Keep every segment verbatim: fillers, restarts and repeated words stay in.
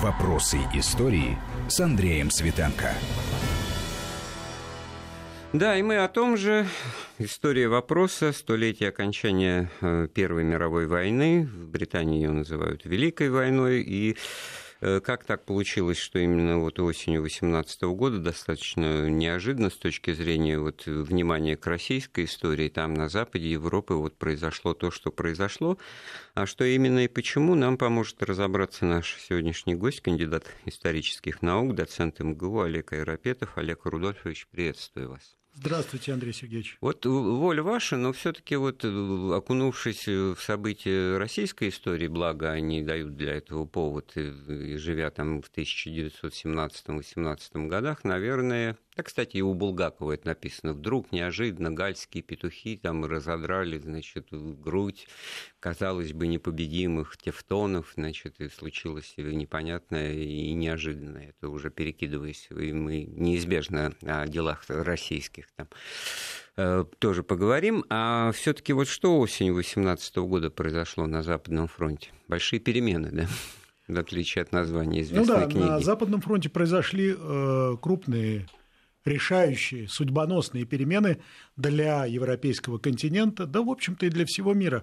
Вопросы истории с Андреем Светенко. Да, и мы о том же. История вопроса. Столетие окончания Первой мировой войны. В Британии ее называют Великой войной. И как так получилось, что именно вот осенью восемнадцатого года, достаточно неожиданно с точки зрения вот внимания к российской истории, там на западе Европы вот произошло то, что произошло. А что именно и почему, нам поможет разобраться наш сегодняшний гость, кандидат исторических наук, доцент эм гэ у Олег Айрапетов. Олег Рудольфович, приветствую вас. Здравствуйте, Андрей Сергеевич. Вот воля ваша, но все-таки вот окунувшись в события российской истории, благо они дают для этого повод, и, и живя там в тысяча девятьсот семнадцатом-восемнадцатом годах, наверное, да, кстати, и у Булгакова это написано, вдруг неожиданно гальские петухи там разодрали, значит, грудь, казалось бы, непобедимых тевтонов, значит, и случилось непонятное и неожиданное. Это уже перекидываясь, и мы неизбежно о делах российских там э, тоже поговорим. А все-таки вот что осенью восемнадцатого года произошло на Западном фронте? Большие перемены, да? В отличие от названия известной ну да, книги. На Западном фронте произошли э, крупные, решающие, судьбоносные перемены для европейского континента, да, в общем-то, и для всего мира.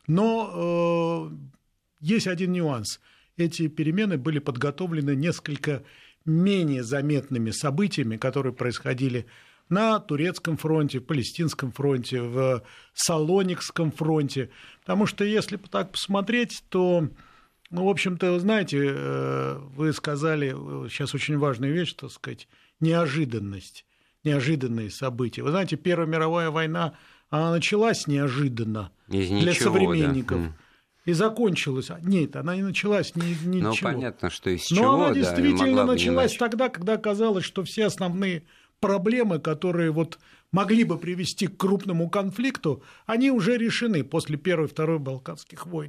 Но э, есть один нюанс. Эти перемены были подготовлены несколько менее заметными событиями, которые происходили на Турецком фронте, Палестинском фронте, в Салоникском фронте. Потому что, если так посмотреть, то, ну, в общем-то, знаете, вы сказали сейчас очень важную вещь, так сказать, неожиданность, неожиданные события. Вы знаете, Первая мировая война, она началась неожиданно Из для ничего, современников. Да. И закончилась. Нет, она не началась ни, ничего. Ну, понятно, что из Но чего, она да, действительно началась не тогда, когда казалось, что все основные проблемы, которые вот могли бы привести к крупному конфликту, они уже решены после Первой и Второй Балканских войн.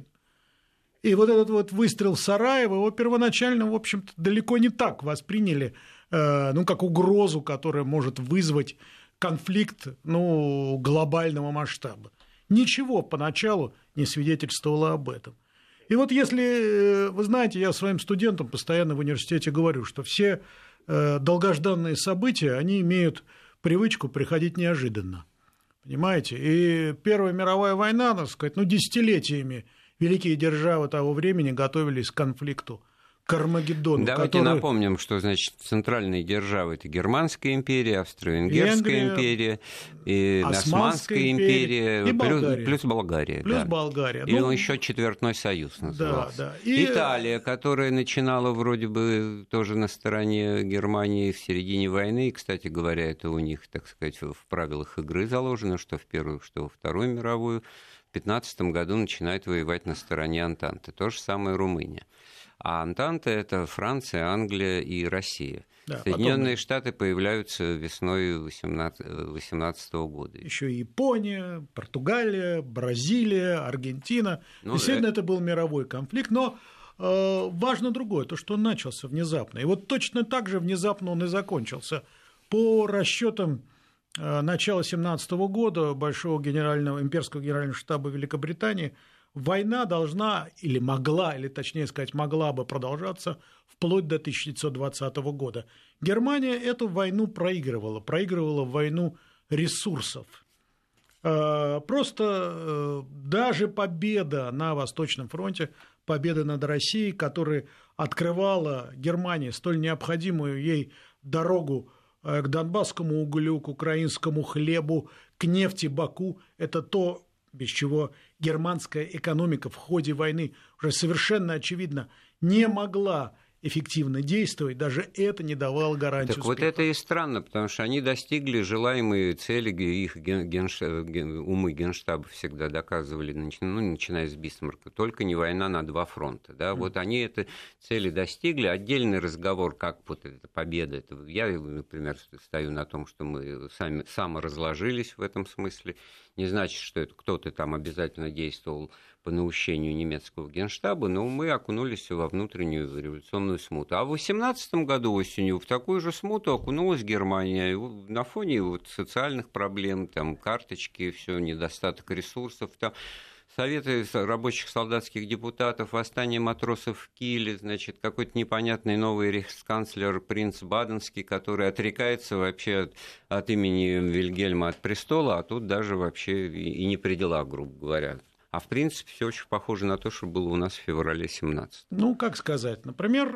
И вот этот вот выстрел в Сараево, его первоначально, в общем-то, далеко не так восприняли, э, ну, как угрозу, которая может вызвать конфликт, ну, глобального масштаба. Ничего поначалу не свидетельствовало об этом. И вот если, вы знаете, я своим студентам постоянно в университете говорю, что все долгожданные события, они имеют привычку приходить неожиданно. Понимаете? И Первая мировая война, так сказать, ну, десятилетиями великие державы того времени готовились к конфликту, к Армагеддону. Давайте который... напомним, что, значит, центральные державы – это Германская империя, Австро-Венгерская Венгрия, империя, и Османская империя, и плюс Болгария. Плюс Болгария. Плюс да. Болгария. Или ну, еще Четвертной союз назывался. Да, да. И... Италия, которая начинала вроде бы тоже на стороне Германии в середине войны. И, кстати говоря, это у них, так сказать, в правилах игры заложено, что в Первую, что во Вторую мировую. В тысяча девятьсот пятнадцатом году начинает воевать на стороне Антанты. То же самое Румыния. А Антанта – это Франция, Англия и Россия. Да, Соединенные потом... Штаты появляются весной восемнадцатого года. Еще Япония, Португалия, Бразилия, Аргентина. Ну, Действительно, это... это был мировой конфликт, но э, важно другое, то, что он начался внезапно. И вот точно так же внезапно он и закончился. По расчетам э, начала семнадцатого года Большого генерального, имперского генерального штаба Великобритании, война должна, или могла, или точнее сказать, могла бы продолжаться вплоть до тысяча девятьсот двадцатого года. Германия эту войну проигрывала, проигрывала войну ресурсов. Просто даже победа на Восточном фронте, победа над Россией, которая открывала Германии столь необходимую ей дорогу к донбасскому углю, к украинскому хлебу, к нефти Баку, это то, без чего германская экономика в ходе войны уже совершенно очевидно не могла эффективно действовать, даже это не давало гарантии так успеха. Вот это и странно, потому что они достигли желаемые цели, их ген, генш, ген, умы Генштаба всегда доказывали, ну, начиная с Бисмарка, только не война на два фронта. Да? Mm. Вот они этой цели достигли. Отдельный разговор, как вот эта победа. Это, я, например, стою на том, что мы сами саморазложились в этом смысле. Не значит, что это кто-то там обязательно действовал по наущению немецкого генштаба, но мы окунулись во внутреннюю революционную смуту. А в восемнадцатом году осенью в такую же смуту окунулась Германия на фоне вот социальных проблем, там, карточки, все, недостаток ресурсов, там, Советы рабочих солдатских депутатов, восстание матросов в Киле, значит, какой-то непонятный новый рейхсканцлер принц Баденский, который отрекается вообще от, от имени Вильгельма от престола, а тут даже вообще и, и не при делах, грубо говоря. А в принципе все очень похоже на то, что было у нас в феврале семнадцатого. Ну, как сказать, например,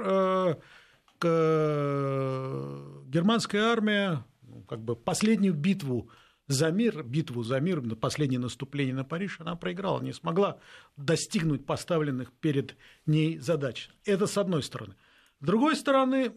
германская армия, как бы последнюю битву за мир, битву за мир, последнее наступление на Париж, она проиграла, не смогла достигнуть поставленных перед ней задач. Это с одной стороны. С другой стороны,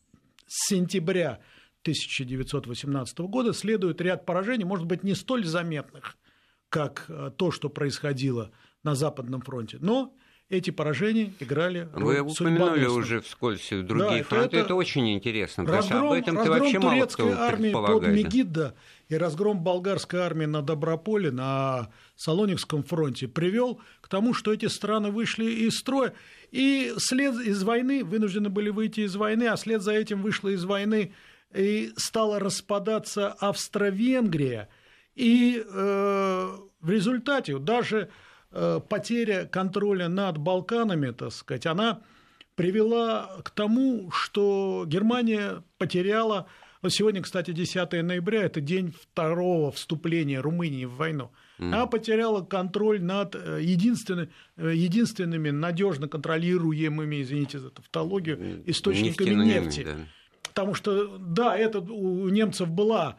с сентября тысяча девятьсот восемнадцатого года следует ряд поражений, может быть, не столь заметных, как то, что происходило на Западном фронте, но эти поражения играли роль. Вы упомянули уже вскользь другие да, фронты, это, это очень интересно, разгром, потому что об этом разгром вообще мало турецкой кто армии предполагает. Под Мегиддо и разгром болгарской армии на Доброполе, на Салоникском фронте привел к тому, что эти страны вышли из строя, и след из войны, вынуждены были выйти из войны, а след за этим вышла из войны и стала распадаться Австро-Венгрия, и э, в результате даже э, потеря контроля над Балканами, так сказать, она привела к тому, что Германия потеряла, ну, сегодня, кстати, десятое ноября, это день второго вступления Румынии в войну, mm. она потеряла контроль над единственными, единственными надежно контролируемыми, извините за тавтологию, источниками нефти. нефти. Да. Потому что, да, это у немцев была,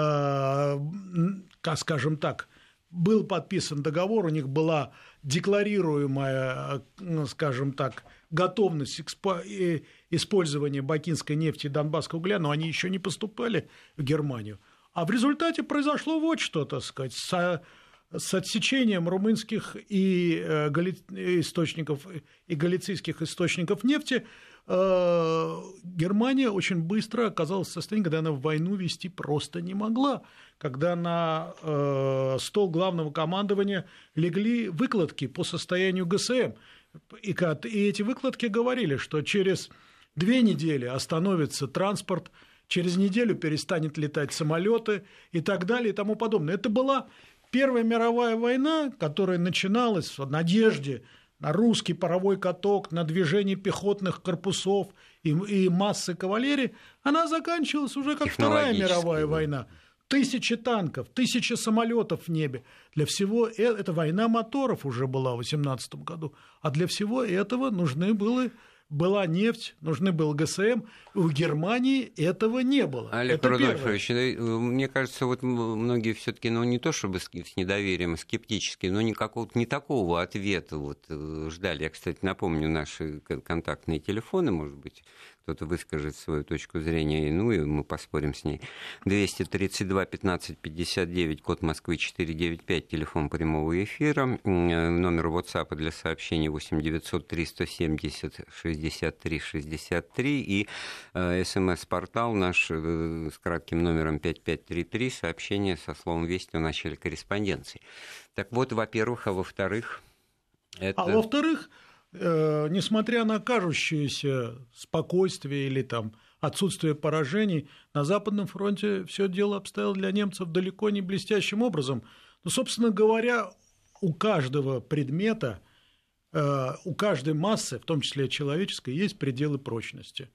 э, как скажем так, был подписан договор, у них была декларируемая, скажем так, готовность экспо- использования бакинской нефти и донбасского угля, но они еще не поступали в Германию. А в результате произошло вот что, так сказать, с, с отсечением румынских и, э, гали, источников, и галицийских источников нефти э, Германия очень быстро оказалась в состоянии, когда она войну вести просто не могла, когда на э, стол главного командования легли выкладки по состоянию ГСМ. И, и эти выкладки говорили, что через две недели остановится транспорт, через неделю перестанет летать самолеты и так далее и тому подобное. Это была Первая мировая война, которая начиналась в надежде на русский паровой каток, на движение пехотных корпусов и, и массы кавалерии, она заканчивалась уже как Вторая мировая война. Тысячи танков, тысячи самолетов в небе. Для всего это война моторов уже была в восемнадцатом году, а для всего этого нужны были, была нефть, нужны был ГСМ. У Германии этого не было. Олег это Рудольфович, первое. Мне кажется, вот многие все-таки, ну не то чтобы с недоверием, а скептически, но никакого, не такого ответа вот ждали. Я, кстати, напомню наши контактные телефоны, может быть, кто-то выскажет свою точку зрения, ну и мы поспорим с ней. двести тридцать два пятнадцать пятьдесят девять, код Москвы четыреста девяносто пять, телефон прямого эфира, номер WhatsApp для сообщений восемь девятьсот триста семьдесят шестьдесят три шестьдесят три и смс-портал наш с кратким номером пять пять три три, сообщение со словом «Вести» в начале корреспонденции. Так вот, во-первых, а во-вторых... Это... А во-вторых... несмотря на кажущееся спокойствие или там отсутствие поражений, на Западном фронте все дело обстояло для немцев далеко не блестящим образом. Но, собственно говоря, у каждого предмета, у каждой массы, в том числе человеческой, есть пределы прочности.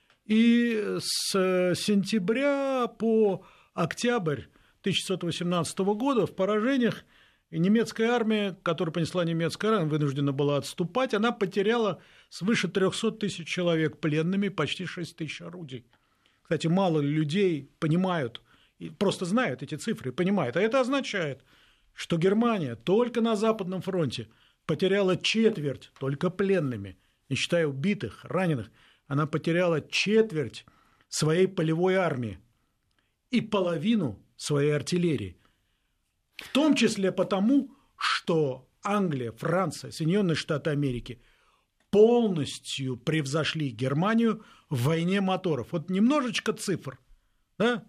И с сентября по октябрь тысяча девятьсот восемнадцатого года в поражениях и немецкая армия, которую понесла немецкая армия, вынуждена была отступать, она потеряла свыше триста тысяч человек пленными, почти шесть тысяч орудий. Кстати, мало людей понимают, просто знают эти цифры, понимают. А это означает, что Германия только на Западном фронте потеряла четверть только пленными, не считая убитых, раненых, она потеряла четверть своей полевой армии и половину своей артиллерии. В том числе потому, что Англия, Франция, Соединенные Штаты Америки полностью превзошли Германию в войне моторов. Вот немножечко цифр. Да?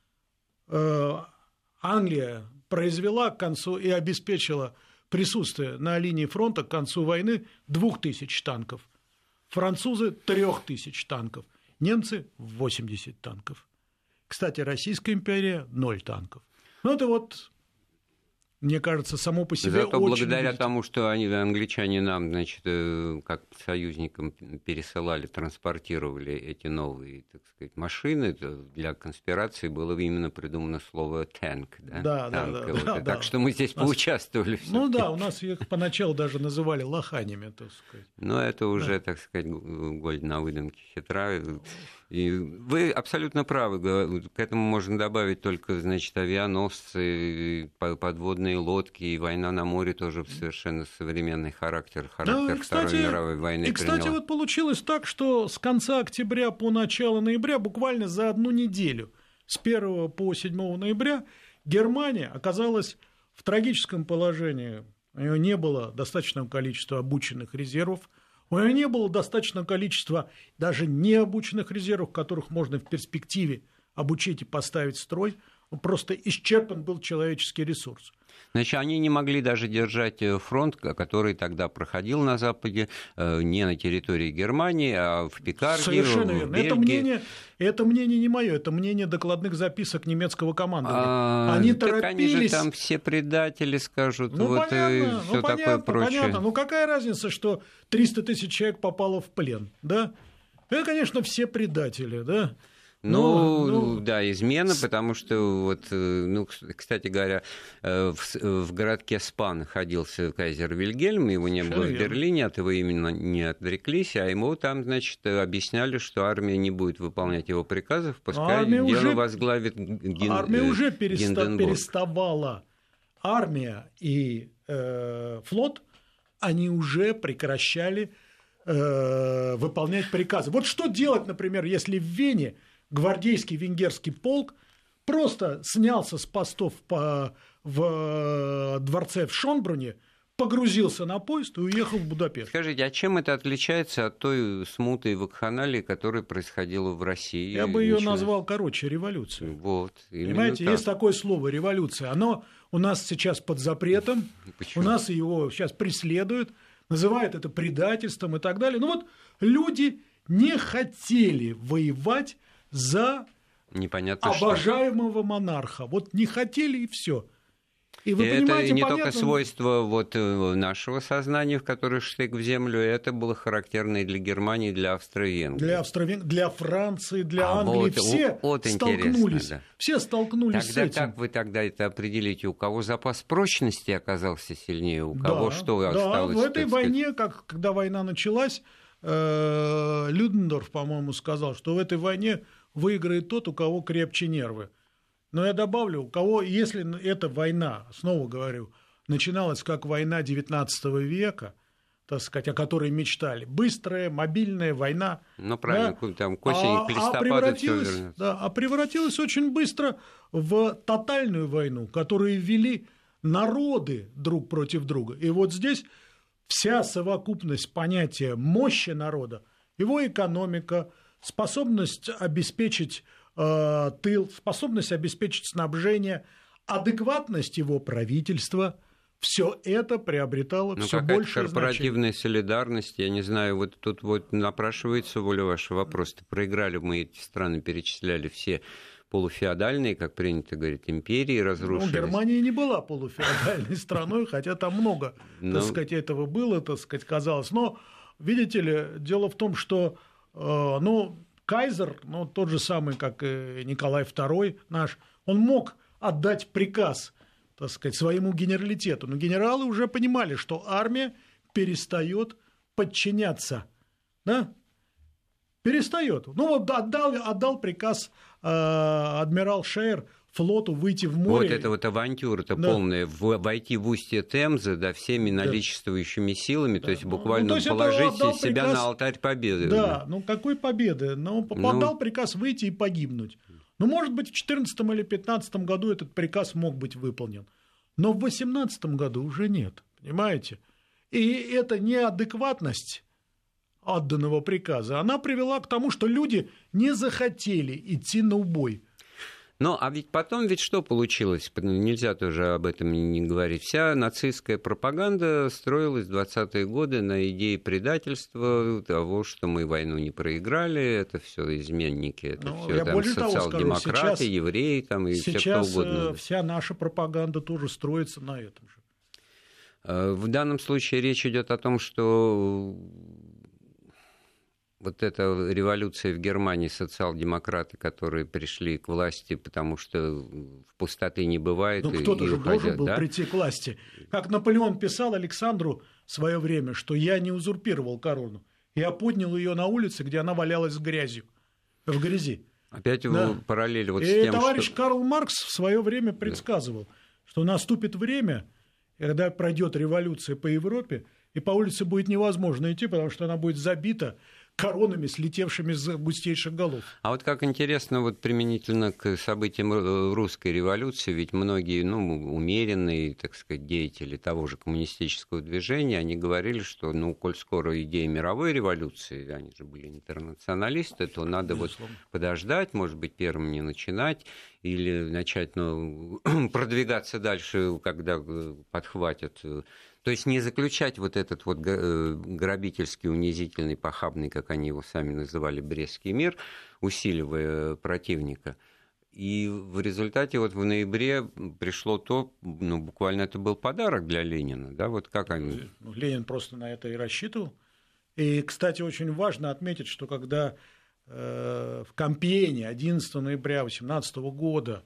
Англия произвела к концу и обеспечила присутствие на линии фронта к концу войны двух тысяч танков. Французы – трёх тысяч танков. Немцы – восемьдесят танков. Кстати, Российская империя – ноль танков. Ну, это вот... мне кажется, само по себе Зато очень благодаря удивительно. тому, что они, англичане нам, значит, как союзникам пересылали, транспортировали эти новые, так сказать, машины, для конспирации было именно придумано слово «танк». Да, да, танк, да, да, вот. да, Так да. что мы здесь Нас... поучаствовали. Ну да, у нас их поначалу даже называли лоханями, так сказать. Но это уже, да. так сказать, голь на выдумке хитра. И вы абсолютно правы. К этому можно добавить только, значит, авианосцы, подводные лодки, и война на море тоже совершенно современный характер, характер да, и, кстати, Второй мировой войны и, кстати, приняла. вот получилось так, что с конца октября по начало ноября, буквально за одну неделю, с первого по седьмого ноября, Германия оказалась в трагическом положении. У нее не было достаточного количества обученных резервов, у нее не было достаточного количества даже необученных резервов, которых можно в перспективе обучить и поставить в строй. Просто исчерпан был человеческий ресурс. Значит, они не могли даже держать фронт, который тогда проходил на Западе, не на территории Германии, а в Пикардии, Совершенно в верно. Бельгии. Это мнение, это мнение не мое, это мнение докладных записок немецкого командования. А, они так торопились... они же там все предатели скажут, ну, вот понятно, и ну, все понятно, такое прочее. Понятно. Ну какая разница, что триста тысяч человек попало в плен, да? Это, конечно, все предатели, да? Ну, ну, ну, да, измена, потому что, вот, ну, кстати говоря, в, в городке Спа находился кайзер Вильгельм, его не было в Берлине, от его имени не отреклись, а ему там, значит, объясняли, что армия не будет выполнять его приказов, пускай армия дело уже, возглавит Гин, армия уже переста, Гинденбург. переставала. Армия и э, флот, они уже прекращали э, выполнять приказы. Вот что делать, например, если в Вене гвардейский венгерский полк просто снялся с постов по, в дворце в Шонбруне, погрузился на поезд и уехал в Будапешт. Скажите, а чем это отличается от той смуты и вакханалии, которая происходила в России? Я бы ее Начиная... назвал короче революцией. Вот, понимаете, так. есть такое слово революция. Оно у нас сейчас под запретом, Почему? У нас его сейчас преследуют, называют это предательством и так далее. Ну вот люди не хотели воевать за Непонятно обожаемого что. монарха. Вот не хотели и все. И вы и понимаете, это не понятно... только свойство вот нашего сознания, в которое штык в землю, это было характерно и для Германии, и для Австро-Венгрии. Для Австро-Венгрии, для Франции, для а Англии. вот, все вот столкнулись. Да. Все столкнулись тогда с этим. Как вы тогда это определите? У кого запас прочности оказался сильнее, у кого да, что да, осталось? в этой сказать... войне, как, когда война началась, э, Людендорф, по-моему, сказал, что в этой войне выиграет тот, у кого крепче нервы. Но я добавлю, у кого, если эта война, снова говорю, начиналась как война девятнадцатого века, так сказать, о которой мечтали, быстрая, мобильная война. Ну, правильно, да, там к осени, а, к листопаду а превратилась, всё вернется. Да, а превратилась очень быстро в тотальную войну, которую вели народы друг против друга. И вот здесь вся совокупность понятия мощи народа, его экономика, способность обеспечить э, тыл, способность обеспечить снабжение, адекватность его правительства, все это приобретало ну, все большее корпоративная значение. солидарность, я не знаю, вот тут вот напрашивается, Воля, ваш вопрос. Проиграли мы эти страны, перечисляли все полуфеодальные, как принято говорить, империи, разрушились. Ну, Германия не была полуфеодальной страной, хотя там много, так сказать, этого было, так сказать, казалось. Но, видите ли, дело в том, что ну, кайзер, ну, тот же самый, как и Николай второй наш, он мог отдать приказ, так сказать, своему генералитету. Но генералы уже понимали, что армия перестает подчиняться. Да? Перестает. Ну, вот отдал, отдал приказ э, адмирал Шейер флоту выйти в море. Вот это вот авантюра-то да. полная, войти в устье Темзы, да, всеми да. наличествующими силами, да. то есть буквально ну, то есть положить себя приказ... на алтарь победы. Да, да, ну какой победы? Ну, ну... отдал приказ выйти и погибнуть. Ну, может быть, в четырнадцатом или пятнадцатом году этот приказ мог быть выполнен, но в восемнадцатом году уже нет, понимаете? И эта неадекватность отданного приказа, она привела к тому, что люди не захотели идти на убой. Ну, а ведь потом ведь что получилось? Нельзя тоже об этом не говорить. Вся нацистская пропаганда строилась в двадцатые годы на идее предательства, того, что мы войну не проиграли, это все изменники, это ну, все там социал-демократы, скажу, сейчас, евреи там, и все кто угодно. Сейчас вся наша пропаганда тоже строится на этом же. В данном случае речь идет о том, что вот эта революция в Германии, социал-демократы, которые пришли к власти, потому что пустоты не бывает. Ну, кто-то и же уходят, должен был да? прийти к власти. Как Наполеон писал Александру в свое время, что я не узурпировал корону. Я поднял ее на улице, где она валялась грязью, в грязи. Опять да. параллель вот и с тем, товарищ что... Карл Маркс в свое время предсказывал, да. что наступит время, когда пройдет революция по Европе, и по улице будет невозможно идти, потому что она будет забита коронами, слетевшими с густейших голов. А вот как интересно, вот применительно к событиям русской революции, ведь многие, ну, умеренные, так сказать, деятели того же коммунистического движения, они говорили, что, ну, коль скоро идея мировой революции, они же были интернационалисты, то надо Безусловно. вот подождать, может быть, первым не начинать, или начать, ну, продвигаться дальше, когда подхватят... То есть не заключать вот этот вот грабительский, унизительный, похабный, как они его сами называли, Брестский мир, усиливая противника. И в результате вот в ноябре пришло то, ну, буквально это был подарок для Ленина, да, вот как они... Ленин просто на это и рассчитывал. И, кстати, очень важно отметить, что когда э, в Кампьене одиннадцатого ноября тысяча девятьсот восемнадцатого года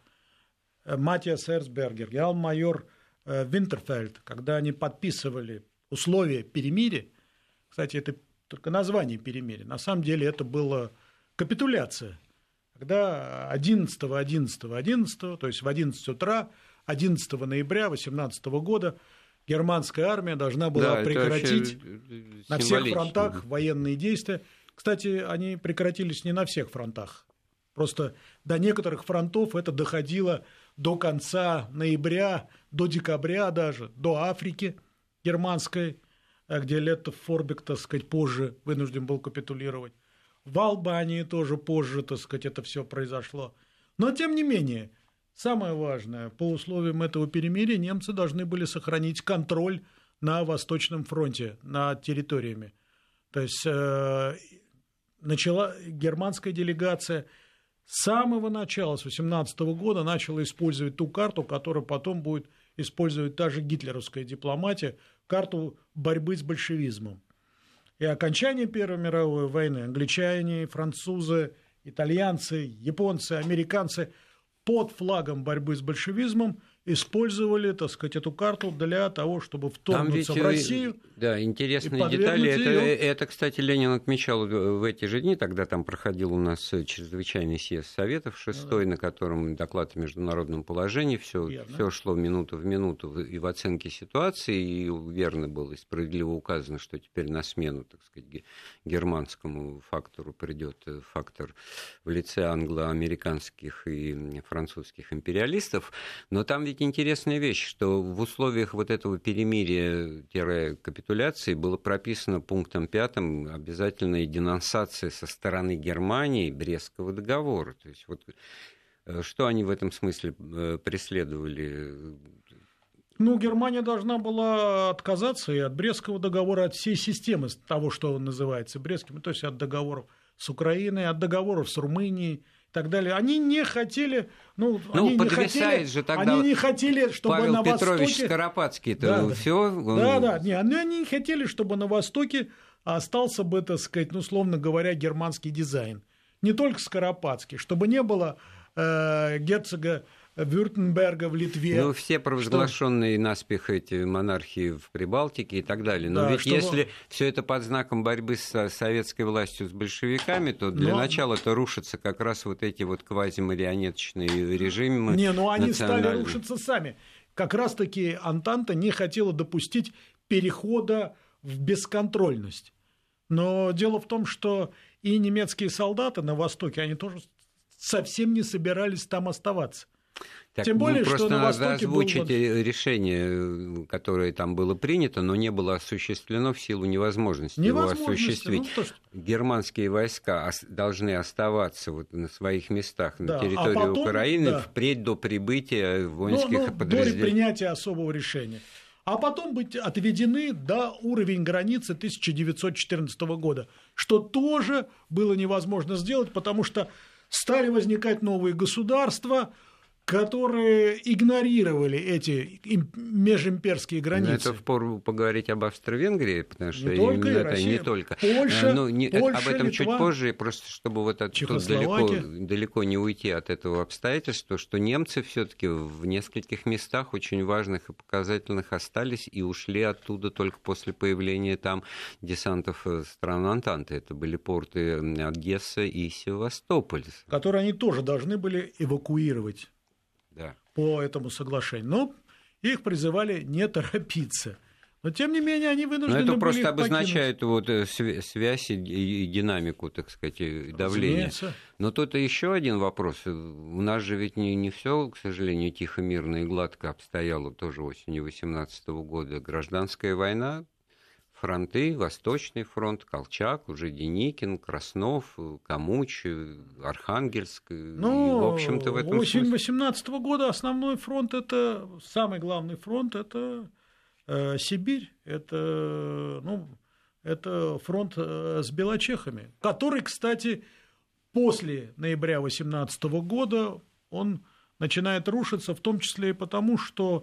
Матиас Эрцбергер, генерал-майор Винтерфельд, когда они подписывали условия перемирия, кстати, это только название перемирия, на самом деле это была капитуляция, когда одиннадцатого одиннадцатого одиннадцатого, то есть в одиннадцать утра одиннадцатого ноября восемнадцатого года германская армия должна была да, прекратить на всех фронтах военные действия. Кстати, они прекратились не на всех фронтах, просто до некоторых фронтов это доходило до конца ноября, до декабря даже, до Африки германской, где Летто Форбек, так сказать, позже вынужден был капитулировать. В Албании тоже позже, так сказать, это все произошло. Но, тем не менее, самое важное, по условиям этого перемирия немцы должны были сохранить контроль на Восточном фронте, над территориями. То есть э, начала германская делегация с самого начала, с восемнадцатого года, начала использовать ту карту, которую потом будет использовать та же гитлеровская дипломатия, карту борьбы с большевизмом. И окончание Первой мировой войны англичане, французы, итальянцы, японцы, американцы под флагом борьбы с большевизмом использовали, так сказать, эту карту для того, чтобы вторгнуться в Россию. Да, интересные детали. Это, это, кстати, Ленин отмечал в эти же дни. Тогда там проходил у нас чрезвычайный съезд Советов шестой, да. на котором доклад о международном положении. Все, все шло минуту в минуту и в оценке ситуации. И верно было и справедливо указано, что теперь на смену, так сказать, германскому фактору придет фактор в лице англо-американских и французских империалистов. Но там ведь интересная вещь, что в условиях вот этого перемирия-капитуляции было прописано пунктом пятым обязательная денонсация со стороны Германии Брестского договора. То есть вот что они в этом смысле преследовали? Ну, Германия должна была отказаться и от Брестского договора, от всей системы того, что называется Брестским, то есть от договоров с Украиной, от договоров с Румынией и так далее. Они не хотели, ну, ну они, не хотели, же тогда они не хотели, чтобы Павел на Петрович Востоке... Скоропадский-то да, все... Да, да, да, не, они не хотели, чтобы на Востоке остался бы, так сказать, ну, условно говоря, германский дизайн. Не только Скоропадский, чтобы не было э, герцога Вюртемберга в Литве. Ну, все провозглашенные что... наспех эти монархии в Прибалтике и так далее. Но да, ведь чтобы... если все это под знаком борьбы с советской властью, с большевиками, то для Но... начала-то рушатся как раз вот эти вот квазимарионеточные режимы. Не, ну они национальные. стали рушиться сами. Как раз-таки Антанта не хотела допустить перехода в бесконтрольность. Но дело в том, что и немецкие солдаты на Востоке, они тоже совсем не собирались там оставаться. Так, Тем более, просто что на надо Востоке озвучить был... решение, которое там было принято, но не было осуществлено в силу невозможности, невозможности его осуществить. Ну, что... Германские войска должны оставаться вот на своих местах, да, на территории а потом, Украины, да, впредь до прибытия воинских ну, ну, подразделений. До принятия особого решения. А потом быть отведены до уровня границы тысяча девятьсот четырнадцатого года, что тоже было невозможно сделать, потому что стали возникать новые государства, которые игнорировали эти межимперские границы. Это впору поговорить об Австро-Венгрии, потому что не только, это Россия, не только. Польша, ну, не, Польша, об этом Литва, чуть позже, просто чтобы вот от, тут далеко, далеко не уйти от этого обстоятельства, что немцы все-таки в нескольких местах очень важных и показательных остались и ушли оттуда только после появления там десантов стран Антанты. Это были порты Одесса и Севастополь. Которые они тоже должны были эвакуировать. Да. По этому соглашению. Но их призывали не торопиться. Но, тем не менее, они вынуждены были Но это просто их обозначает вот связь и динамику, так сказать, давления. Разумеется. Но тут еще один вопрос. У нас же ведь не, не все, к сожалению, тихо, мирно и гладко обстояло тоже осенью две тысячи восемнадцатого года. Гражданская война, фронты, Восточный фронт, Колчак, уже Деникин, Краснов, Камуч, Архангельск. Ну, и, в общем-то, в этом осень две тысячи смысле... восемнадцатого года основной фронт, это самый главный фронт, это э, Сибирь, это, ну, это фронт э, с белочехами, который, кстати, после ноября две тысячи восемнадцатого года он начинает рушиться, в том числе и потому, что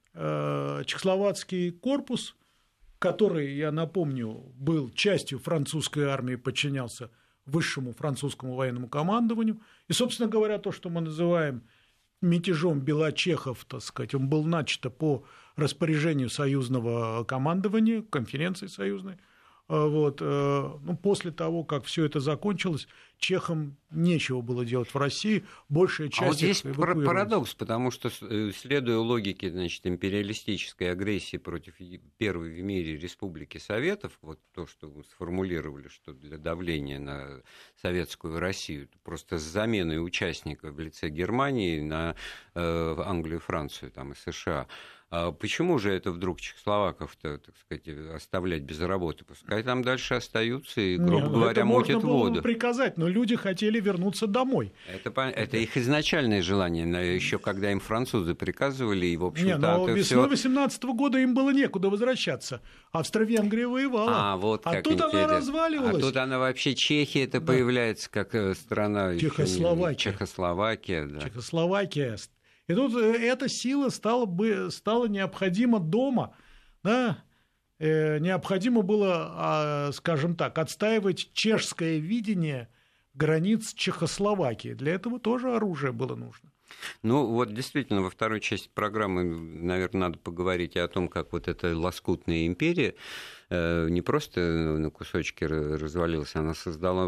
э, Чехословацкий корпус, который, я напомню, был частью французской армии, подчинялся высшему французскому военному командованию. И, собственно говоря, то, что мы называем мятежом белочехов, так сказать, он был начато по распоряжению союзного командования, конференции союзной. Вот. Ну, после того, как все это закончилось, чехам нечего было делать в России, большая часть... А вот здесь парадокс, потому что, следуя логике, значит, империалистической агрессии против первой в мире республики Советов, вот то, что вы сформулировали, что для давления на советскую Россию, просто с заменой участника в лице Германии на э, Англию, Францию там, и США. А почему же это вдруг чехословаков-то, так сказать, оставлять без работы? Пускай там дальше остаются и, грубо Нет, говоря, мутят воду. Это можно было приказать, но люди хотели вернуться домой. Это, это их изначальное желание, еще когда им французы приказывали, и, в общем-то... Не, но весной всё... восемнадцатого года им было некуда возвращаться. Австро-Венгрия воевала. А, вот как а тут интересно. она разваливалась. А тут она вообще, Чехия, это да. появляется как страна... Чехословакия. Чехословакия, да. Чехословакия. И тут эта сила стала, бы, стала необходима дома, да? э, необходимо было, э, скажем так, отстаивать чешское видение границ Чехословакии. Для этого тоже оружие было нужно. Ну, вот действительно, во второй части программы, наверное, надо поговорить и о том, как вот эта лоскутная империя э, не просто на кусочки развалилась, она создала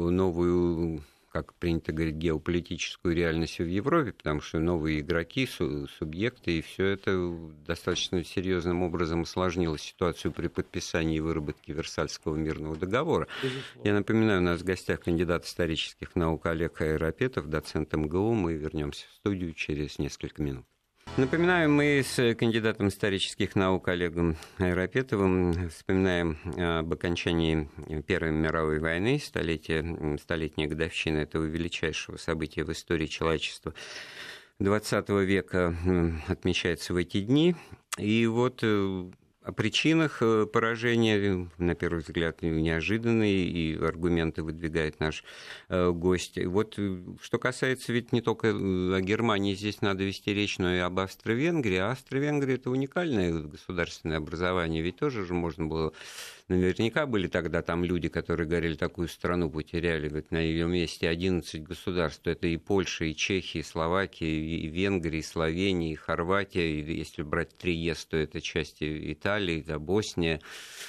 новую... как принято говорить, геополитическую реальность в Европе, потому что новые игроки, субъекты, и все это достаточно серьезным образом усложнило ситуацию при подписании и выработке Версальского мирного договора. Безусловно. Я напоминаю, у нас в гостях кандидат исторических наук Олег Айрапетов, доцент эм гэ у. Мы вернемся в студию через несколько минут. Напоминаю, мы с кандидатом исторических наук Олегом Айрапетовым вспоминаем об окончании Первой мировой войны, столетие, столетняя годовщина этого величайшего события в истории человечества двадцатого века отмечается в эти дни. И вот о причинах поражения, на первый взгляд, неожиданные, и аргументы выдвигает наш гость. Вот что касается, ведь не только о Германии здесь надо вести речь, но и об Австро-Венгрии. А Австро-Венгрия – это уникальное государственное образование, ведь тоже же можно было... Наверняка были тогда там люди, которые говорили, такую страну потеряли, ведь на ее месте одиннадцать государств. Это и Польша, и Чехия, и Словакия, и Венгрия, и Словения, и Хорватия. И если брать Триест, то это части Италии, да, Босния,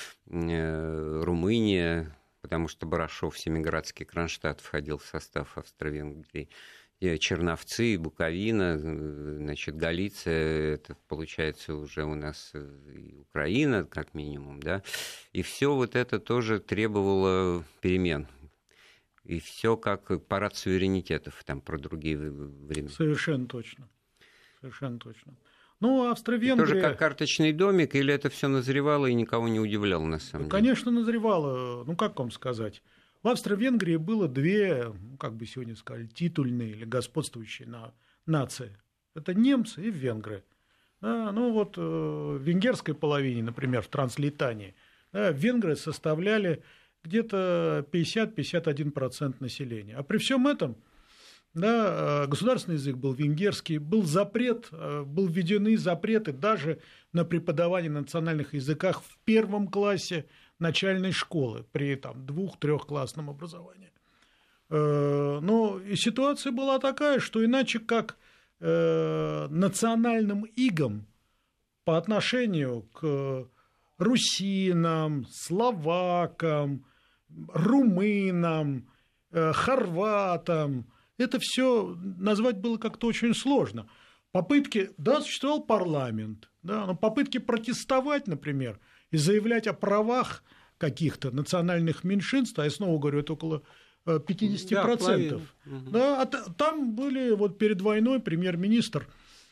Румыния, потому что Барашов, Семиградский Кронштадт входил в состав Австро-Венгрии. Черновцы, Буковина, значит, Галиция, это получается уже у нас и Украина, как минимум, да, и все вот это тоже требовало перемен. И все как парад суверенитетов, там про другие времена. Совершенно точно. совершенно точно. Ну, Австро-Венгрия... Тоже как карточный домик, или это все назревало и никого не удивляло, на самом деле? Конечно, назревало. Ну, как вам сказать? В Австро-Венгрии было две, ну, как бы сегодня сказали, титульные или господствующие на, нации. Это немцы и венгры. Да, ну, вот э, в венгерской половине, например, в Транслитании, да, венгры составляли где-то пятьдесят - пятьдесят один процент населения. А при всем этом... Да, государственный язык был венгерский, был запрет, был введены запреты даже на преподавание на национальных языках в первом классе начальной школы при там, двух-трехклассном образовании. Но и ситуация была такая, что иначе как национальным игам по отношению к русинам, словакам, румынам, хорватам, это все назвать было как-то очень сложно. Попытки, да, существовал парламент, да, но попытки протестовать, например, и заявлять о правах каких-то национальных меньшинств, а я снова говорю, это около пятьдесят процентов. Да, да, а там были вот перед войной премьер-министр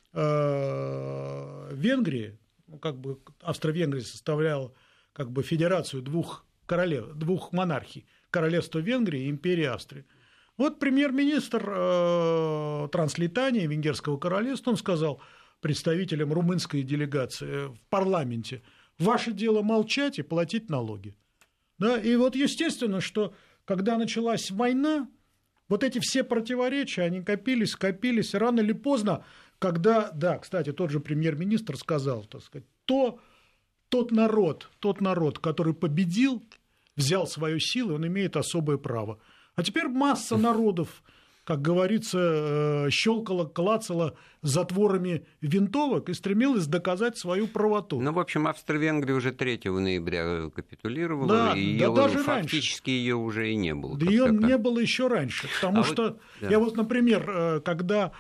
э, Венгрии, ну, как бы Австро-Венгрия составляла как бы федерацию двух королев, двух монархий, королевства Венгрии и империи Австрии. Вот премьер-министр э, Транслитании, Венгерского королевства, он сказал представителям румынской делегации в парламенте: ваше дело молчать и платить налоги. Да? И вот естественно, что когда началась война, вот эти все противоречия, они копились, копились, и рано или поздно, когда, да, кстати, тот же премьер-министр сказал, так сказать, то, тот народ, тот народ, который победил, взял свою силу, он имеет особое право. А теперь масса народов, как говорится, щелкала, клацала затворами винтовок и стремилась доказать свою правоту. Ну, в общем, Австро-Венгрия уже третьего ноября капитулировала, да, и да, её, даже фактически ее уже и не было. Да ее не было еще раньше, потому а что вот, да. я вот, например, когда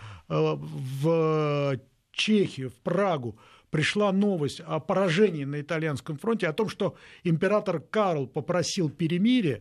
в Чехию, в Прагу пришла новость о поражении на итальянском фронте, о том, что император Карл попросил перемирия,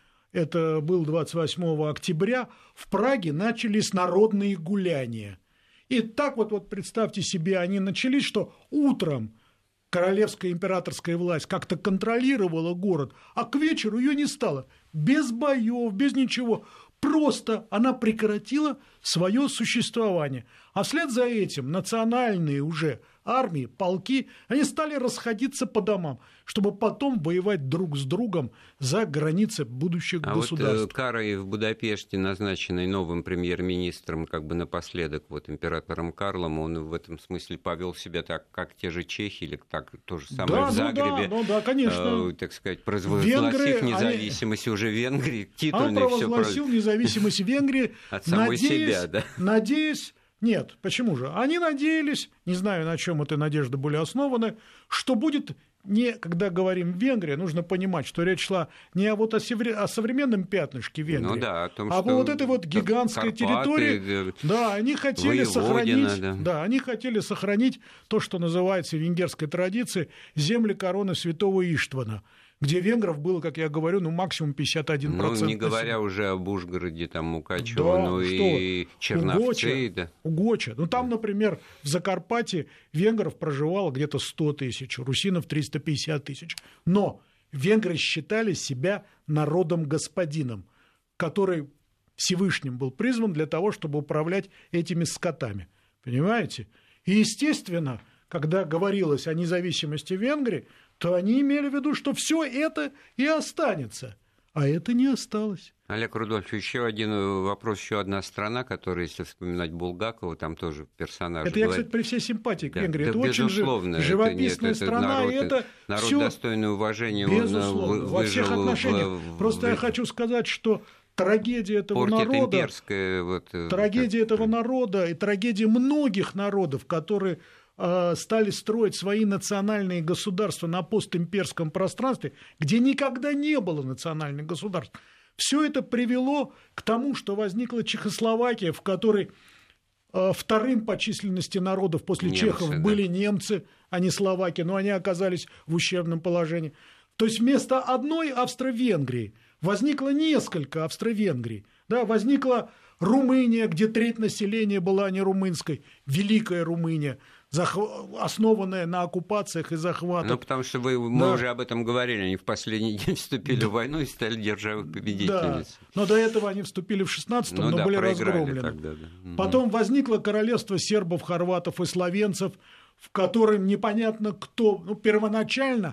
это был двадцать восьмого октября, в Праге начались народные гуляния. И так вот, вот представьте себе, они начались, что утром королевская императорская власть как-то контролировала город, а к вечеру ее не стало. Без боев, без ничего. Просто она прекратила свое существование. А вслед за этим национальные уже армии, полки, они стали расходиться по домам, чтобы потом воевать друг с другом за границы будущих а государств. Вот Карой в Будапеште, назначенный новым премьер-министром, как бы напоследок вот императором Карлом, он в этом смысле повел себя так, как те же чехи, или так то же самое да, в Загребе, ну да, ну да, конечно. Э, так сказать, провозгласив независимость они... уже Венгрии, титульный он провозгласил все независимость Венгрии, от самой надеясь, себя, да? надеясь, нет, почему же? Они надеялись, не знаю, на чем эти надежды были основаны, что будет не, когда говорим Венгрия, нужно понимать, что речь шла не о, вот о, севре, о современном пятнышке Венгрии, ну да, о том, а что вот этой вот гигантской Карпаты, территории. Да, они хотели Воеводина, сохранить, да. Да, они хотели сохранить то, что называется в венгерской традиции земли короны святого Иштвана, где венгров было, как я говорю, ну, максимум пятьдесят один процент. Ну, не говоря уже об Ужгороде, там, Мукачево, да, ну и Черновцы. Угоча, да. Угоча. Ну, там, например, в Закарпатье венгров проживало где-то сто тысяч, русинов триста пятьдесят тысяч. Но венгры считали себя народом-господином, который Всевышним был призван для того, чтобы управлять этими скотами. Понимаете? И, естественно, когда говорилось о независимости Венгрии, то они имели в виду, что все это и останется. А это не осталось. Олег Рудольфович, еще один вопрос, еще одна страна, которая, если вспоминать Булгакова, там тоже персонаж. Это я, кстати, при всей симпатии к да, Венгрии. Да, это очень живописная это, страна. Народ, и это народ всё... достойное уважения. Безусловно, он во всех отношениях. В... Просто в... я хочу сказать, что трагедия этого народа, вот, трагедия как... этого народа и трагедия многих народов, которые стали строить свои национальные государства на постимперском пространстве, где никогда не было национальных государств. Все это привело к тому, что возникла Чехословакия, в которой вторым по численности народов после немцы, чехов да. были немцы, а не словаки, но они оказались в ущербном положении. То есть вместо одной Австро-Венгрии возникло несколько Австро-Венгрий. Да, возникла Румыния, где треть населения была не румынской, Великая Румыния, основанная на оккупациях и захватах. Ну, потому что вы, мы да. уже об этом говорили, они в последний день вступили да. в войну и стали державой-победительницей. Да. Но до этого они вступили в шестнадцатом, ну, но да, были разгромлены. Тогда, да. Потом возникло королевство сербов, хорватов и словенцев, в котором непонятно кто, ну, первоначально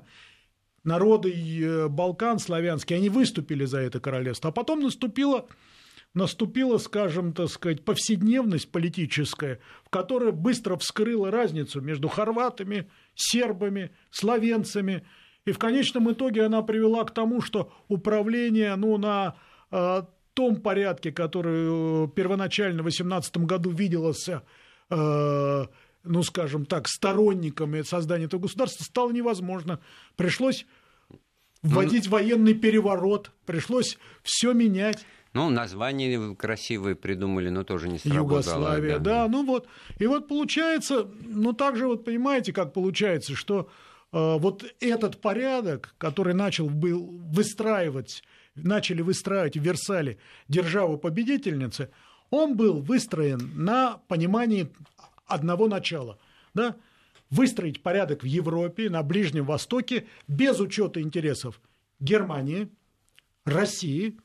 народы Балкан славянские, они выступили за это королевство, а потом наступило... наступила, скажем, так сказать, повседневность политическая, в которой быстро вскрыла разницу между хорватами, сербами, словенцами. И в конечном итоге она привела к тому, что управление ну, на э, том порядке, который первоначально в восемнадцатом году виделось, э, ну, скажем так, сторонниками создания этого государства, стало невозможно. Пришлось вводить ну, военный переворот, пришлось все менять. Ну, название красивые придумали, но тоже не сработало. Югославия, да. да, ну вот. И вот получается, ну так же вот понимаете, как получается, что э, вот этот порядок, который начал был выстраивать, начали выстраивать в Версале державу-победительницы, он был выстроен на понимании одного начала, да, выстроить порядок в Европе, на Ближнем Востоке, без учета интересов Германии, России,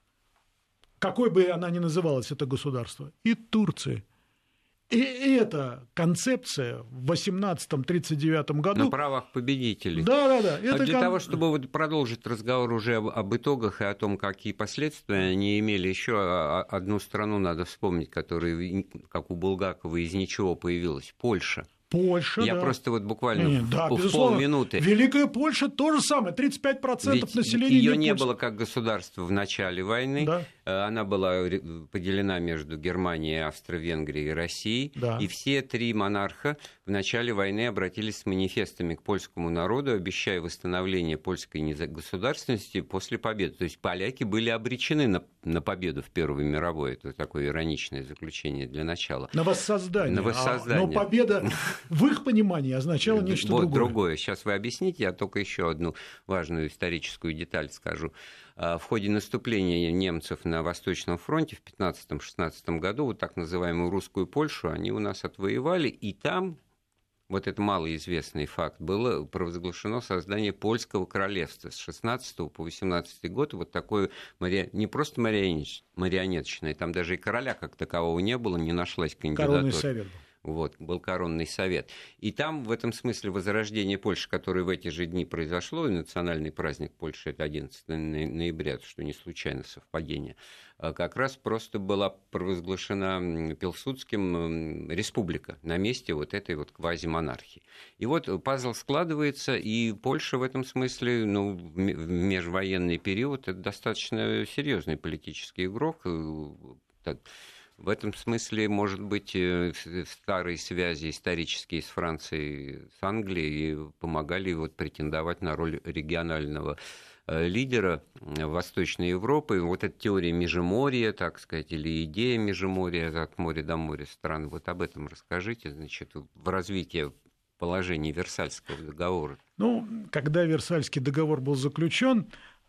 какой бы она ни называлась, это государство, и Турции. И эта концепция в восемнадцатом тридцать девятом году... На правах победителей. Да, да, да. Это для кон... того, чтобы вот продолжить разговор уже об, об итогах и о том, какие последствия они имели, еще одну страну надо вспомнить, которая, как у Булгакова, из ничего появилась. Польша. Польша, Я да. просто вот буквально Нет, в, да, в полминуты. Великая Польша то же самое, тридцать пять процентов Ведь населения ее не не польское. было как государства в начале войны. Да. Она была поделена между Германией, Австро-Венгрией и Россией. Да. И все три монарха в начале войны обратились с манифестами к польскому народу, обещая восстановление польской государственности после победы. То есть поляки были обречены на, на победу в Первой мировой. Это такое ироничное заключение для начала. На воссоздание. На воссоздание. А, но победа в их понимании означала нечто вот другое. другое. Сейчас вы объясните, я только еще одну важную историческую деталь скажу. В ходе наступления немцев на Восточном фронте в пятнадцатом-шестнадцатом году, вот так называемую русскую Польшу, они у нас отвоевали, и там, вот это малоизвестный факт, было провозглашено создание польского королевства с шестнадцатого по восемнадцатый год. Вот такое мари... не просто марионеточное, там даже и короля как такового не было, не нашлась кандидатура. Коронный совет был. Вот, был коронный совет. И там в этом смысле возрождение Польши, которое в эти же дни произошло, и национальный праздник Польши, это одиннадцатого ноября, что не случайно совпадение, как раз просто была провозглашена Пилсудским республика на месте вот этой вот квазимонархии. И вот пазл складывается, и Польша в этом смысле, ну, в межвоенный период, это достаточно серьезный политический игрок. В этом смысле, может быть, старые связи исторические с Францией, с Англией помогали вот претендовать на роль регионального лидера Восточной Европы. Вот эта теория Межеморья, так сказать, или идея Межеморья, от моря до моря стран, вот об этом расскажите, значит, в развитии положения Версальского договора. Ну, когда Версальский договор был заключен,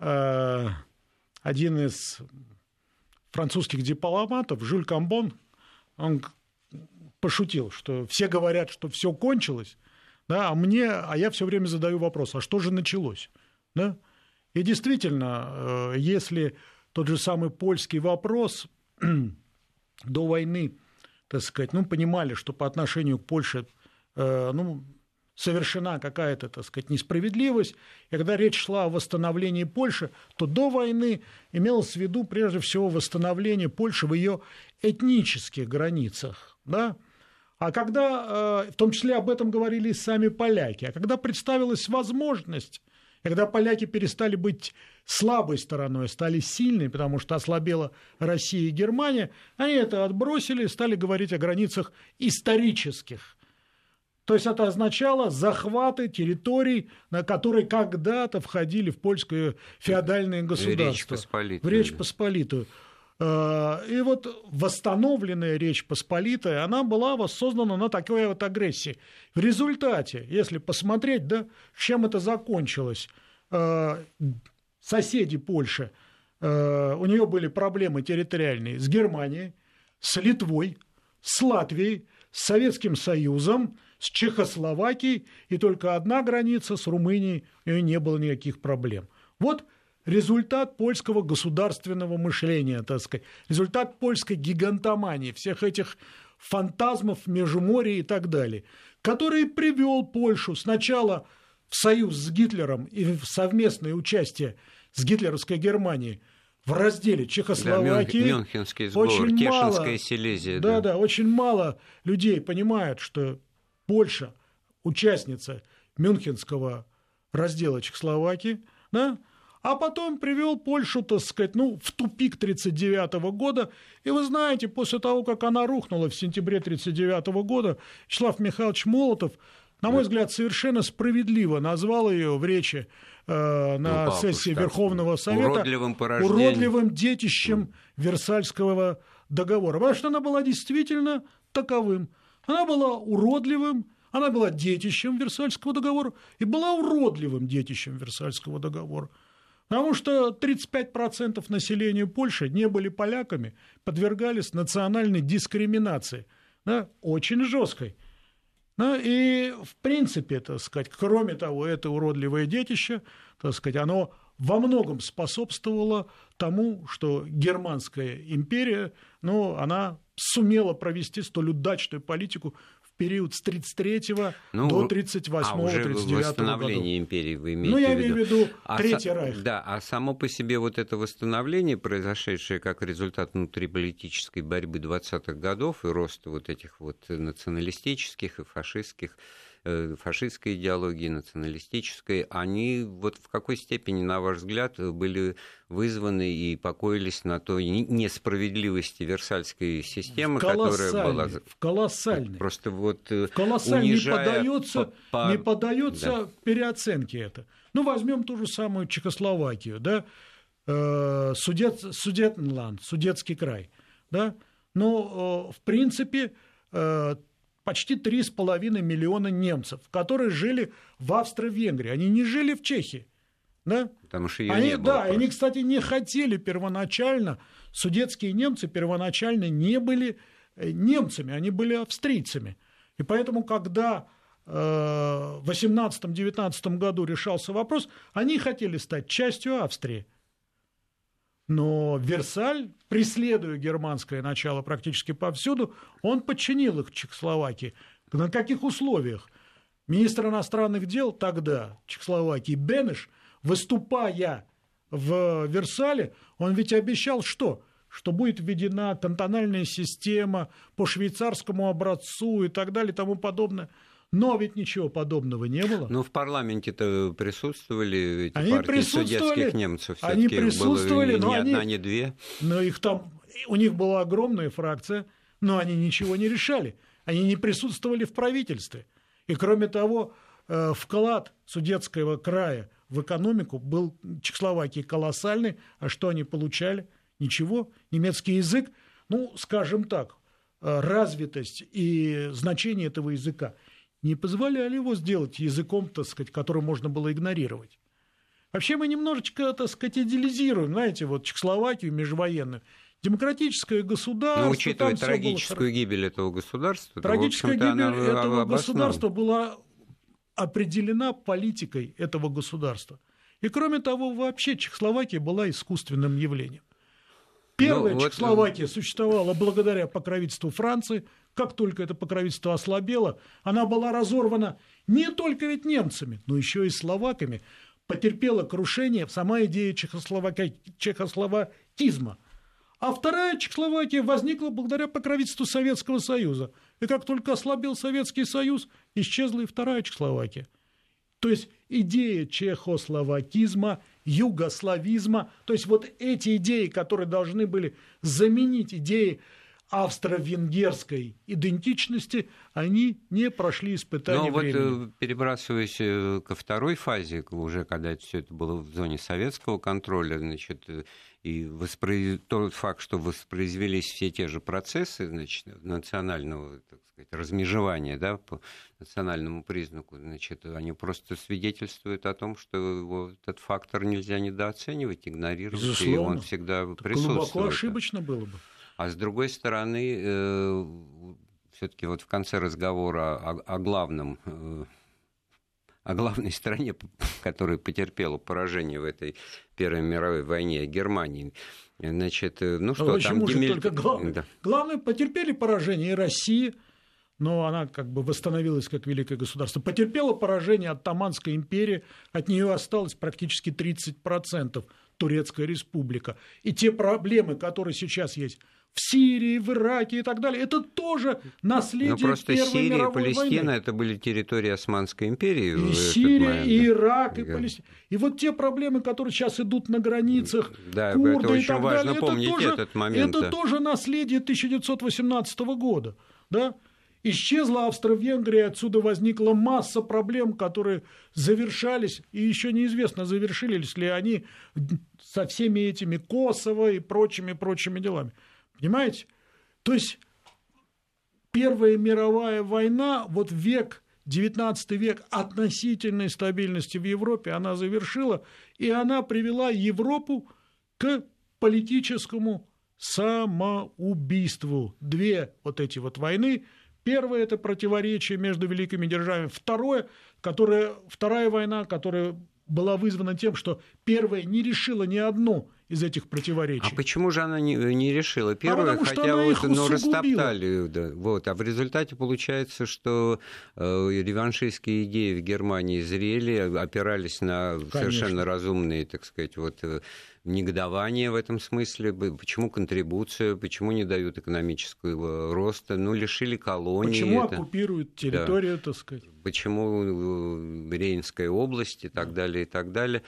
один из французских дипломатов, Жюль Камбон, он пошутил, что все говорят, что все кончилось, да, а мне, а я все время задаю вопрос, а что же началось, да? И действительно, если тот же самый польский вопрос до войны, так сказать, ну, понимали, что по отношению к Польше, ну, совершена какая-то, так сказать, несправедливость, и когда речь шла о восстановлении Польши, то до войны имелось в виду прежде всего восстановление Польши в ее этнических границах, да? А когда, в том числе об этом говорили и сами поляки, а когда представилась возможность, когда поляки перестали быть слабой стороной, стали сильной, потому что ослабела Россия и Германия, они это отбросили, стали говорить о границах исторических. То есть это означало захваты территорий, на которые когда-то входили в польское феодальное государство. Речь Посполитую. В Речь Посполитую. И вот восстановленная Речь Посполитая, она была воссоздана на такой вот агрессии. В результате, если посмотреть, да, чем это закончилось, соседи Польши э, у нее были проблемы территориальные с Германией, с Литвой, с Латвией, с Советским Союзом, с Чехословакией, и только одна граница с Румынией, у нее не было никаких проблем. Вот результат польского государственного мышления, так сказать, результат польской гигантомании, всех этих фантазмов, Междуморья и так далее, который привел Польшу сначала в союз с Гитлером и в совместное участие с гитлеровской Германией в разделе Чехословакии. Да, Мюнхенский сговор, очень Тешинская мало, Силезия. Да, да, да, очень мало людей понимают, что Польша участница Мюнхенского раздела Чехословакии, да, а потом привел Польшу, так сказать, ну, в тупик тысяча девятьсот тридцать девятого года. И вы знаете, после того, как она рухнула в сентябре тысяча девятьсот тридцать девятого года, Вячеслав Михайлович Молотов, на мой взгляд, совершенно справедливо назвал ее в речи э, на ну, сессии Верховного Совета уродливым, уродливым детищем mm. Версальского договора. Потому что она была действительно таковым. Она была уродливым, она была детищем Версальского договора и была уродливым детищем Версальского договора. Потому что тридцать пять процентов населения Польши не были поляками, подвергались национальной дискриминации, да, очень жесткой. Да, и в принципе, так сказать, кроме того, это уродливое детище, так сказать, оно во многом способствовало тому, что Германская империя, ну, она сумела провести столь удачную политику в период с тридцать третьего ну, до тридцать восьмого тридцать девятого года. Восстановление империи вы имеете в виду? Ну, я в виду. имею в виду а Третий со... Райх. Да, а само по себе вот это восстановление, произошедшее как результат внутриполитической борьбы двадцатых годов и роста вот этих вот националистических и фашистских, э, фашистской идеологии, националистической, они вот в какой степени, на ваш взгляд, были вызваны и покоились на той несправедливости Версальской системы, которая была... В колоссальной. Просто вот в колоссальной. унижая... Не поддается, по... не поддается да. переоценке это. Ну, возьмем ту же самую Чехословакию, да, э, Судет, Судетенланд, Судетский край, да, но, э, в принципе, э, почти три с половиной миллиона немцев, которые жили в Австро-Венгрии, они не жили в Чехии. Да? Потому что ее они, не было. Да, просто. они, кстати, не хотели первоначально, судетские немцы первоначально не были немцами, они были австрийцами. И поэтому, когда э, в восемнадцатом-девятнадцатом году решался вопрос, они хотели стать частью Австрии. Но Версаль, преследуя германское начало практически повсюду, он подчинил их Чехословакии. На каких условиях? Министр иностранных дел тогда Чехословакии Бенеш, выступая в Версале, он ведь обещал что? Что будет введена кантональная система по швейцарскому образцу и так далее и тому подобное. Но ведь ничего подобного не было. Ну, в парламенте-то присутствовали эти они партии присутствовали, судетских немцев. Они присутствовали, было но ни они, одна, ни две. Но их там, у них была огромная фракция, но они ничего не решали. Они не присутствовали в правительстве. И кроме того, вклад Судетского края в экономику был в Чехословакии колоссальный. А что они получали? Ничего. Немецкий язык, ну, скажем так, развитость и значение этого языка не позволяли его сделать языком, так сказать, который можно было игнорировать. Вообще мы немножечко, так сказать, идеализируем, знаете, вот Чехословакию межвоенную. Демократическое государство... Но учитывая трагическую было... гибель этого государства... Трагическая то, гибель этого обоснов... государства была определена политикой этого государства. И кроме того, вообще Чехословакия была искусственным явлением. Первая ну, Чехословакия вот... существовала благодаря покровительству Франции. Как только это покровительство ослабело, она была разорвана не только ведь немцами, но еще и словаками. Потерпела крушение сама идея чехословаки... чехословакизма. А вторая Чехословакия возникла благодаря покровительству Советского Союза. И как только ослабел Советский Союз, исчезла и вторая Чехословакия. То есть идея чехословакизма, югославизма, то есть вот эти идеи, которые должны были заменить идеи австро-венгерской идентичности, они не прошли испытания Но времени. Вот перебрасываясь ко второй фазе, уже когда все это было в зоне советского контроля, значит, И воспроиз... тот факт, что воспроизвелись все те же процессы, значит, национального, так сказать, размежевания, да, по национальному признаку, значит, они просто свидетельствуют о том, что его, этот фактор нельзя недооценивать, игнорировать, безусловно, и он всегда так присутствует. Глубоко ошибочно было бы. А с другой стороны, э, все-таки вот в конце разговора о, о главном, э, о главной стране, которая потерпела поражение в этой Первой мировой войне, Германии. Значит, ну что, а там... Демель... только главное, да. главное, потерпели поражение и Россия, но она как бы восстановилась как великое государство. Потерпела поражение Оттоманской империи, от нее осталось практически тридцать процентов, Турецкая республика. И те проблемы, которые сейчас есть в Сирии, в Ираке и так далее, это тоже наследие Первой мировой войны. Ну, просто Сирия и Палестина, это были территории Османской империи. И Сирия, и Ирак, и Палестина. И вот те проблемы, которые сейчас идут на границах, да, курды это очень и так важно далее, помнить это тоже, этот момент. Это тоже наследие тысяча девятьсот восемнадцатого года. Да? Исчезла Австро-Венгрия, отсюда возникла масса проблем, которые завершались, и еще неизвестно, завершились ли они со всеми этими Косово и прочими-прочими делами. Понимаете? То есть Первая мировая война, вот век, девятнадцатый век относительной стабильности в Европе, она завершила, и она привела Европу к политическому самоубийству. Две вот эти вот войны. Первое – это противоречие между великими державами. Второе, которое, вторая война, которая была вызвана тем, что первая не решила ни одно из этих противоречий. А почему же она не, не решила первую, а хотя вот, ну, растоптали, да, вот, а в результате получается, что э, реваншистские идеи в Германии зрели, опирались на Конечно. совершенно разумные, так сказать, вот, негодование в этом смысле, почему контрибуцию, почему не дают экономического роста, ну, лишили колонии. Почему это, оккупируют территорию, да, так сказать. Почему Рейнская область и так далее, и так далее.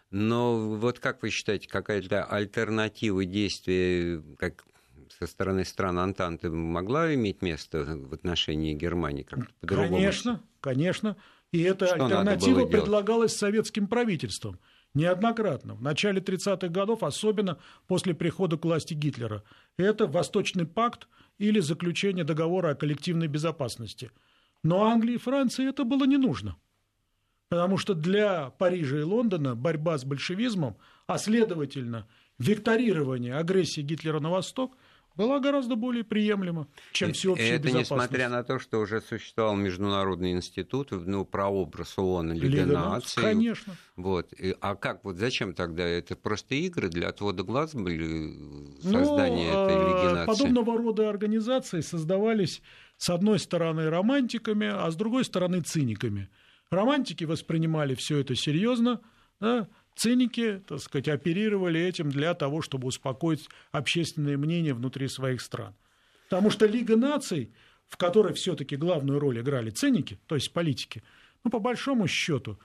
Но вот как вы считаете, какая-то альтернатива действия как со стороны стран Антанты могла иметь место в отношении Германии как-то по-другому? Конечно, конечно. И эта Что альтернатива предлагалась советским правительством неоднократно. В начале тридцатых годов, особенно после прихода к власти Гитлера. Это Восточный пакт или заключение договора о коллективной безопасности. Но Англии и Франции это было не нужно. Потому что для Парижа и Лондона борьба с большевизмом, а следовательно, викторирование агрессии Гитлера на Восток была гораздо более приемлема, чем всеобщая это безопасность. Это несмотря на то, что уже существовал Международный институт, ну, прообраз ООН, Лига, Лига наций. Конечно. Вот. А как, вот зачем тогда? Это просто игры для отвода глаз были, создание ну, этой Лиги наций? Подобного рода организации создавались, с одной стороны, романтиками, а с другой стороны, циниками. Романтики воспринимали все это серьезно, да? Циники, так сказать, оперировали этим для того, чтобы успокоить общественное мнение внутри своих стран. Потому что Лига наций, в которой все-таки главную роль играли циники, то есть политики, ну, по большому счету,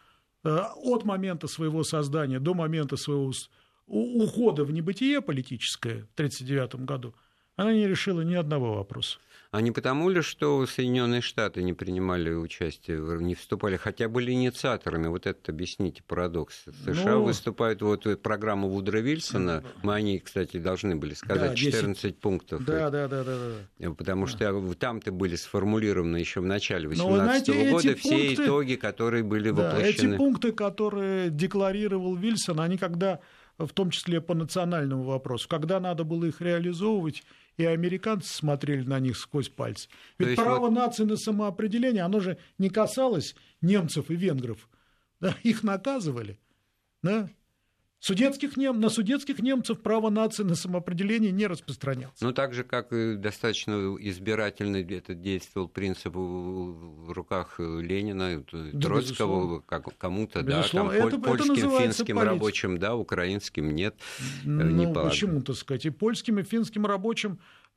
от момента своего создания до момента своего ухода в небытие политическое в тысяча девятьсот тридцать девятом году, она не решила ни одного вопроса. А не потому ли, что Соединенные Штаты не принимали участие, не вступали, хотя были инициаторами? Вот это объясните парадокс. США ну, выступают, вот программа Вудро Вильсона, мы о ней, кстати, должны были сказать, да, четырнадцать пунктов. Да, да, да, да, да. Потому да. что там-то были сформулированы еще в начале восемнадцатого года все пункты, итоги, которые были да, воплощены. Эти пункты, которые декларировал Вильсон, они когда, в том числе по национальному вопросу, когда надо было их реализовывать, и американцы смотрели на них сквозь пальцы. Ведь право вот... нации на самоопределение, оно же не касалось немцев и венгров. Да? Их наказывали. Да? Судетских нем... На судетских немцев право нации на самоопределение не распространялось. Ну, так же, как и достаточно избирательно это действовал принцип в руках Ленина, да, Троцкого, как, кому-то, да, там, это, польским, это финским политика. Рабочим, да, украинским нет. Ну, не почему, так сказать, и польским, и финским рабочим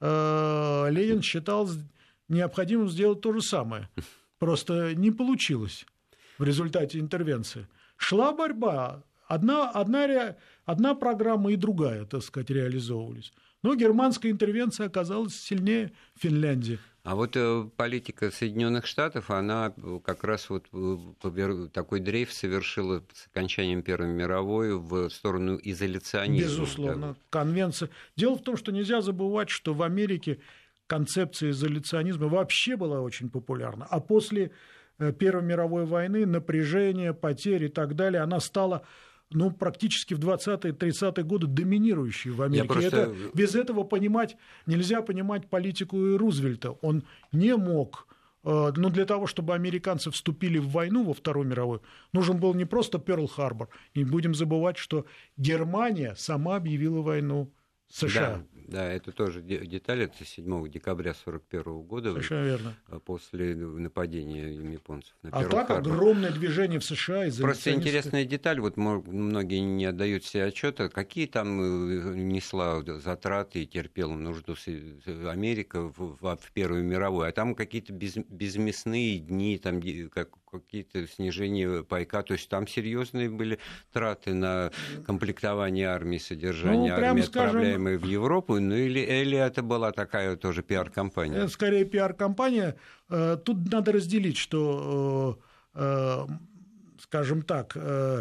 э, Ленин считал необходимым сделать то же самое. Просто не получилось в результате интервенции. Шла борьба. Одна, одна, одна программа и другая, так сказать, реализовывались. Но германская интервенция оказалась сильнее Финляндии. А вот э, политика Соединенных Штатов, она как раз вот э, такой дрейф совершила с окончанием Первой мировой в сторону изоляционизма. Безусловно, Да. конвенция. Дело в том, что нельзя забывать, что в Америке концепция изоляционизма вообще была очень популярна, а после Первой мировой войны напряжение, потери и так далее, она стала... ну, практически в двадцатые-тридцатые годы доминирующий в Америке. Просто... Это, без этого понимать, нельзя понимать политику и Рузвельта. Он не мог, ну, для того, чтобы американцы вступили в войну во Вторую мировую, нужен был не просто Пёрл-Харбор. Не будем забывать, что Германия сама объявила войну США. Да, да, это тоже деталь, это седьмого декабря сорок первого года, совершенно верно, после нападения японцев на Пёрл-Харбор. А так огромное движение в США. Просто интересная деталь, вот многие не отдают себе отчета, какие там несла затраты и терпела нужду Америка в, в Первую мировую, а там какие-то без, безмясные дни, там как, какие-то снижения пайка, то есть там серьезные были траты на комплектование армии, содержание ну, армии, скажем... отправляемой в Европу, ну или, или это была такая тоже пиар-компания? Это скорее пиар-компания. Тут надо разделить, что, скажем так,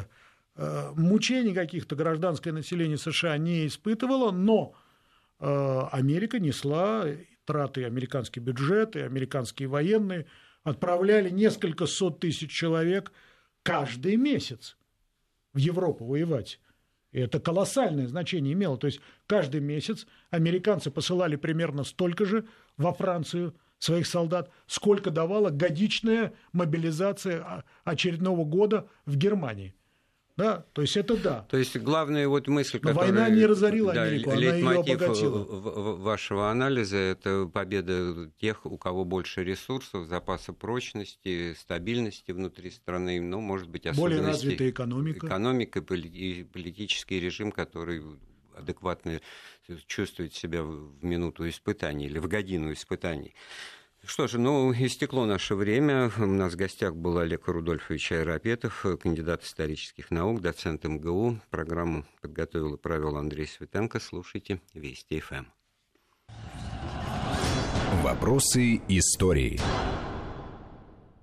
мучений каких-то гражданское население США не испытывало, но Америка несла траты, американский бюджет и американские военные отправляли несколько сот тысяч человек каждый месяц в Европу воевать. И это колоссальное значение имело. То есть каждый месяц американцы посылали примерно столько же во Францию своих солдат, сколько давала годичная мобилизация очередного года в Германии. Да, то есть это да. То есть главная вот мысль, но которая... война не разорила да, Америку, она ее обогатила. Вашего анализа — это победа тех, у кого больше ресурсов, запаса прочности, стабильности внутри страны, ну, может быть, особенности... Более развитая экономика. Экономика и политический режим, который адекватно чувствует себя в минуту испытаний или в годину испытаний. Что же, ну, истекло наше время. У нас в гостях был Олег Рудольфович Айрапетов, кандидат исторических наук, доцент эм гэ у. Программу подготовил и провел Андрей Светенко. Слушайте Вести эф эм. Вопросы истории.